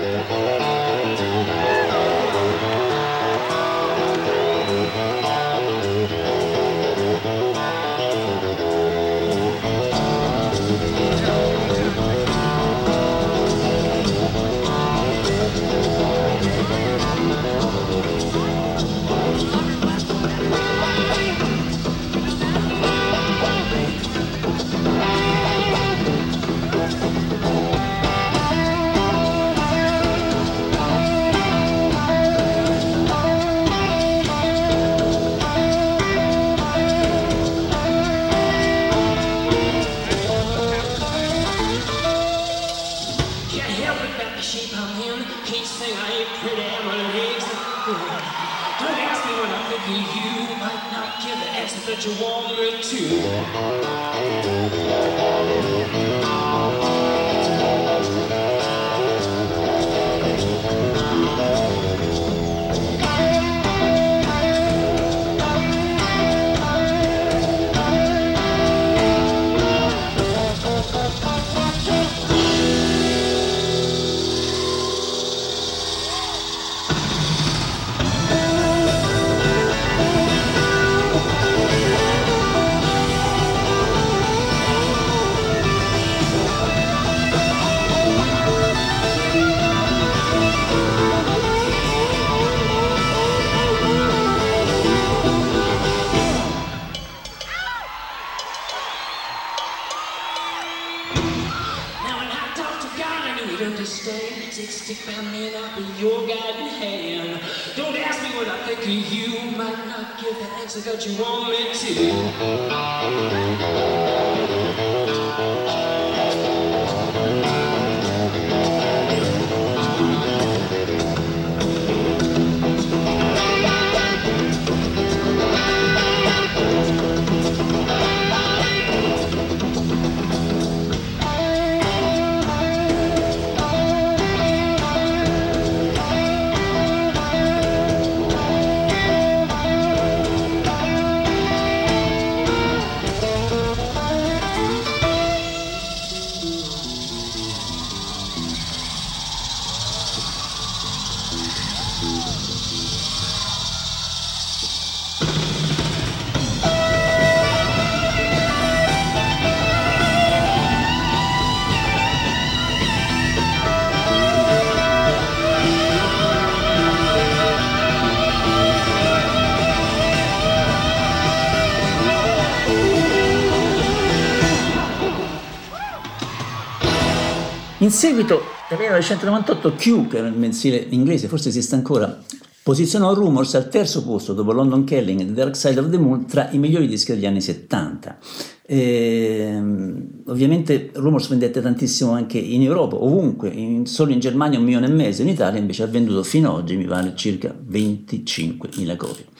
That you want me to. Sixty family and I'll be your guiding hand. Don't ask me what I think of you. Might not give the answer that you want me In seguito, nel millenovecentonovantotto, Q, che era il mensile inglese, forse esiste ancora, posizionò Rumors al terzo posto dopo London Calling e The Dark Side of the Moon tra i migliori dischi degli anni settanta. E, ovviamente Rumors vendette tantissimo anche in Europa, ovunque, in, solo in Germania un milione e mezzo, in Italia invece ha venduto fino ad oggi, mi pare, circa venticinquemila copie.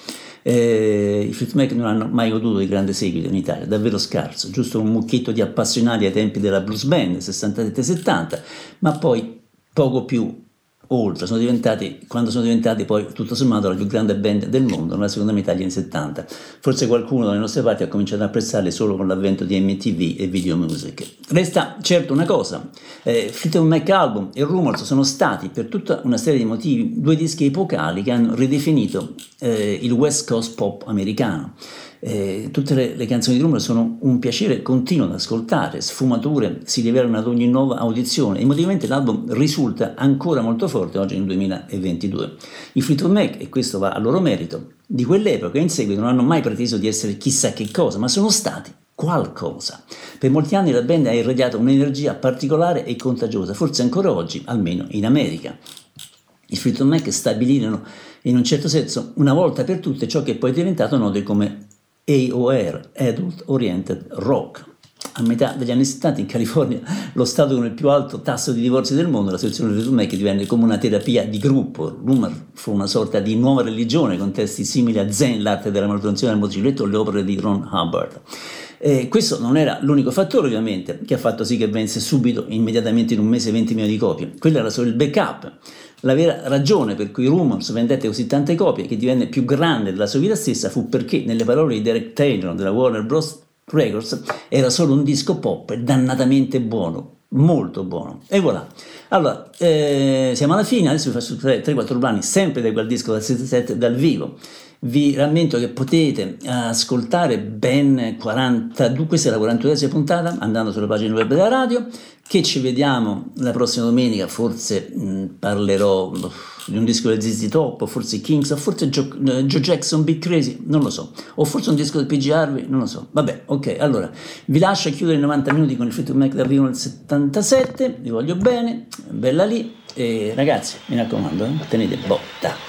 Eh, I Fleetwood Mac non hanno mai goduto di grande seguito in Italia, davvero scarso, giusto un mucchietto di appassionati ai tempi della blues band sessantasette settanta, ma poi poco più oltre. Sono diventati, quando sono diventati poi tutto sommato la più grande band del mondo nella seconda metà degli anni settanta. Forse qualcuno dalle nostre parti ha cominciato ad apprezzarli solo con l'avvento di M T V e video music. Resta certo una cosa, eh, Fleetwood Mac Album e Rumors sono stati per tutta una serie di motivi due dischi epocali che hanno ridefinito eh, il West Coast pop americano. Eh, tutte le, le canzoni di Rumors sono un piacere continuo da ascoltare, sfumature si rivelano ad ogni nuova audizione e emotivamente l'album risulta ancora molto forte oggi nel duemilaventidue. I Fleetwood Mac, e questo va a loro merito, di quell'epoca in seguito non hanno mai preteso di essere chissà che cosa, ma sono stati qualcosa. Per molti anni la band ha irradiato un'energia particolare e contagiosa, forse ancora oggi, almeno in America. I Fleetwood Mac stabilirono in un certo senso una volta per tutte ciò che poi è diventato noto come A O R, Adult Oriented Rock. A metà degli anni settanta in California, lo stato con il più alto tasso di divorzi del mondo, la sezione di Fleetwood Mac divenne come una terapia di gruppo. Rumor fu una sorta di nuova religione con testi simili a Zen, l'arte della manutenzione del motocicletto o le opere di Ron Hubbard. Eh, questo non era l'unico fattore ovviamente che ha fatto sì che venisse subito, immediatamente in un mese, venti milioni di copie. Quello era solo il backup. La vera ragione per cui Rumors vendette così tante copie, che divenne più grande della sua vita stessa, fu perché, nelle parole di Derek Taylor della Warner Bros. Records, era solo un disco pop dannatamente buono, molto buono. E voilà. Allora, eh, siamo alla fine, adesso vi faccio tre quattro brani sempre da quel disco dal settantasette dal vivo. Vi rammento che potete ascoltare ben quarantadue, questa è la quarantaduesima puntata, andando sulla pagina web della radio, che ci vediamo la prossima domenica, forse mh, parlerò di un disco del Z Z Top, o forse Kings, o forse Joe, uh, Joe Jackson, Big Crazy, non lo so, o forse un disco del P G Harvey, non lo so. Vabbè, ok, allora, vi lascio a chiudere i novanta minuti con il Fleetwood Mac dal vivo nel settantasette, vi voglio bene, bella lì, e ragazzi, mi raccomando, eh, tenete botta.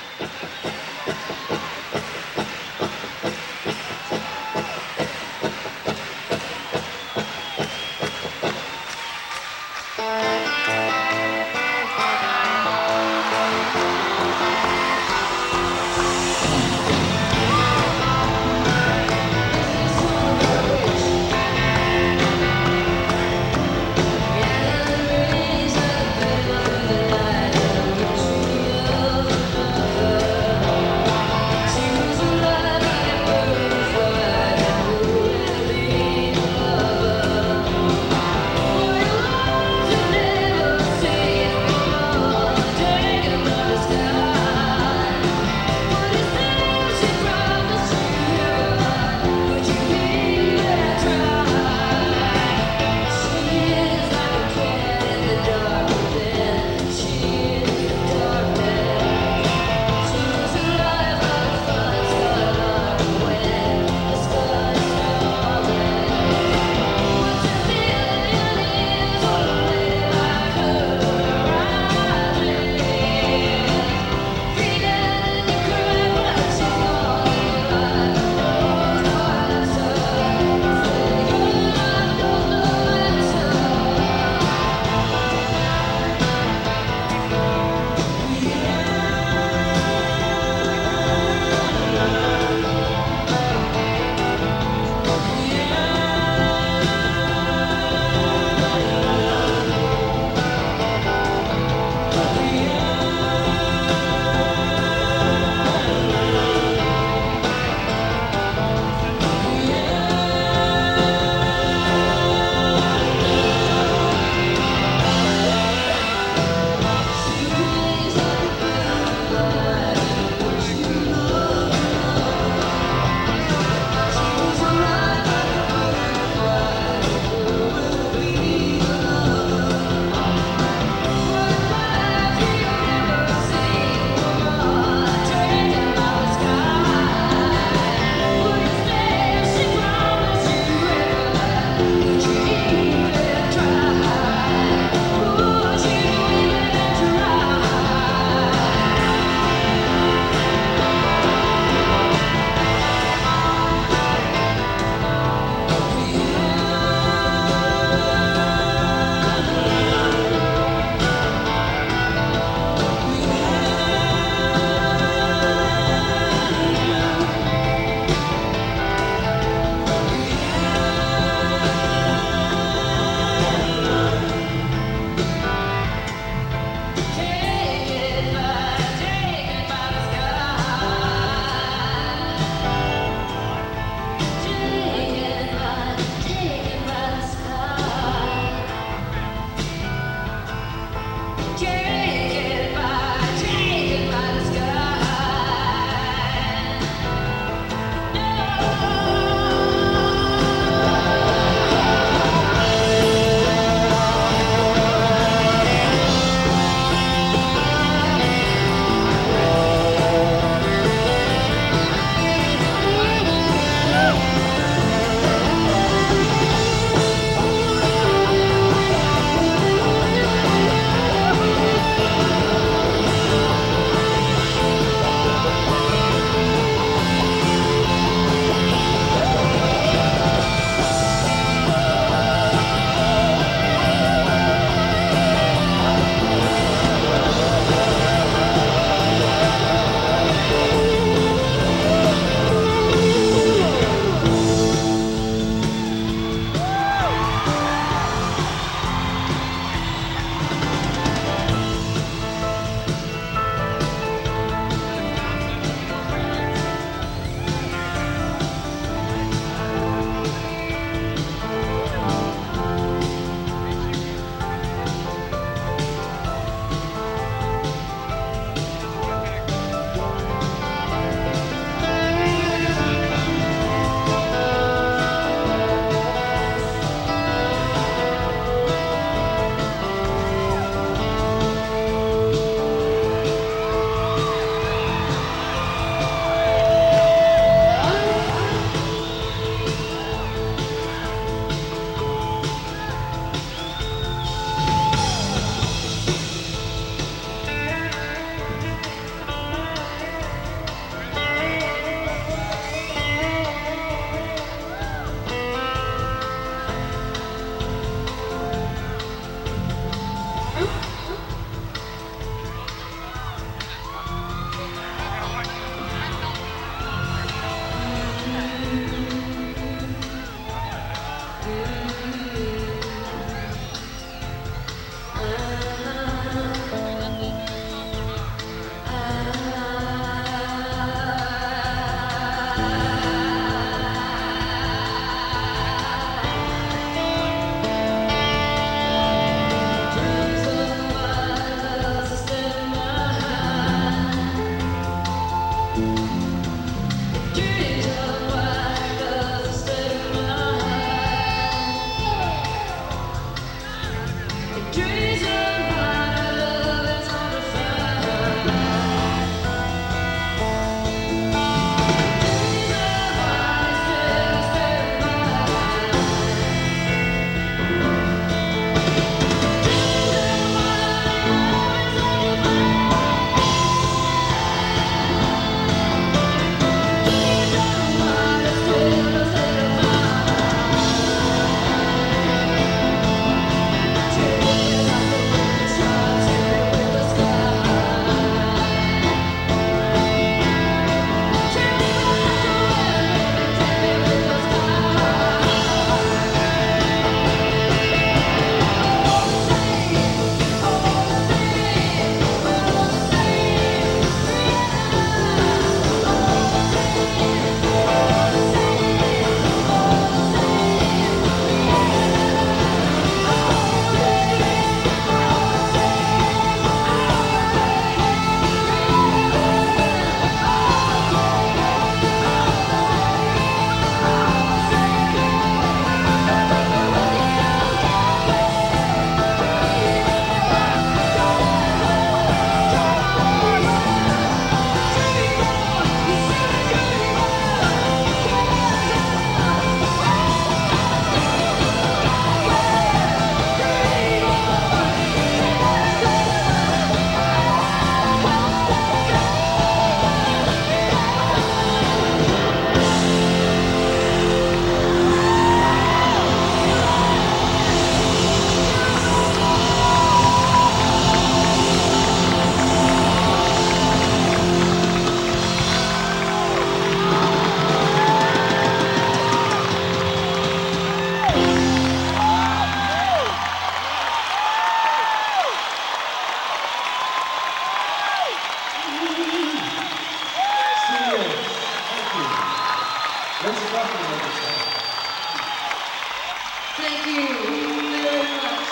Thank you very much.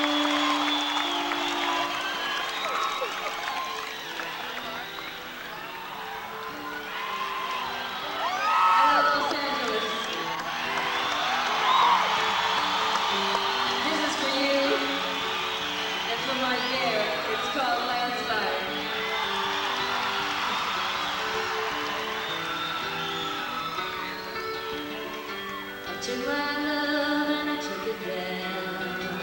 Hello, Los Angeles. This is for you and for my bear. It's called Landslide. I took my love and I took it down.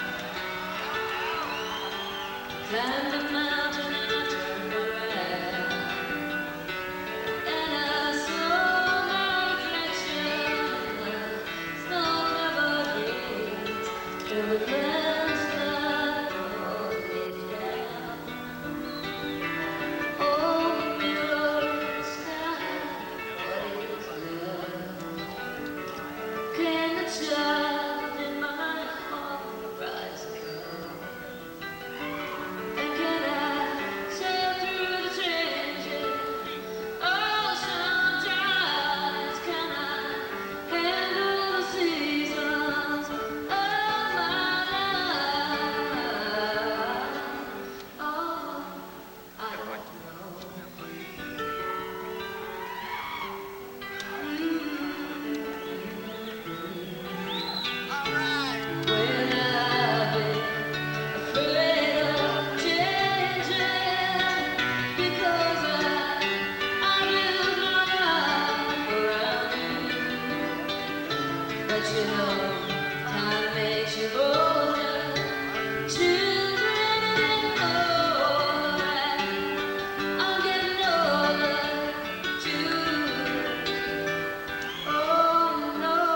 Climbed a mountain and I turned around. And I saw my reflection in the snow-covered hills. There was landslide all the way down. Oh, the mirror in the sky, what is love? Can the child in my heart rise above? And can I sail through the trenches, ocean tides? Can I handle the seasons of my life? Oh, I don't When I've been afraid of changing because I I built my life around you. But you know, time makes you older. Children get older. I'm getting older too. Oh no.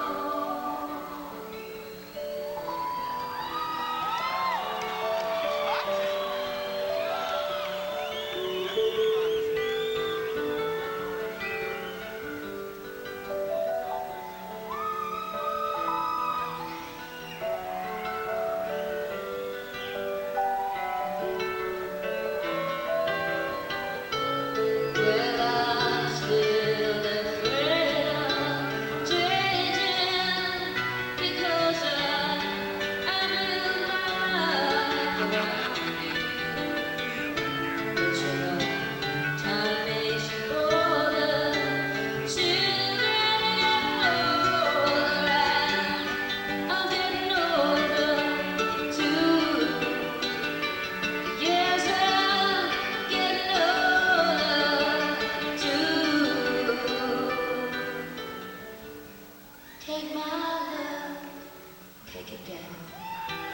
Well, I'm still afraid of changing because I I built my life around you. But you know, time makes you older. Children get older, and I'm getting older too. Yes, I'm getting older too. Take my love, take it down.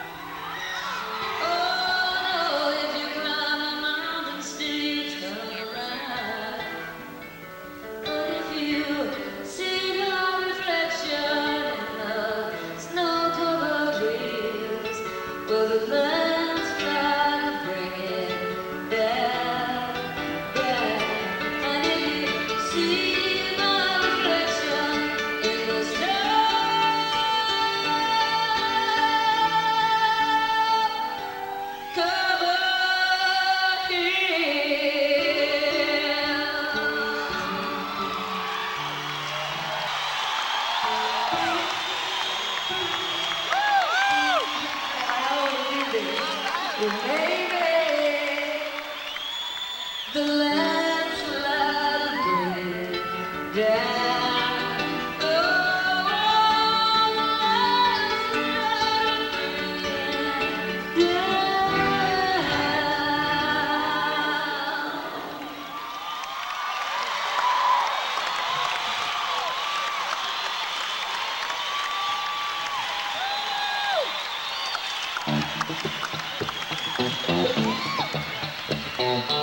Thank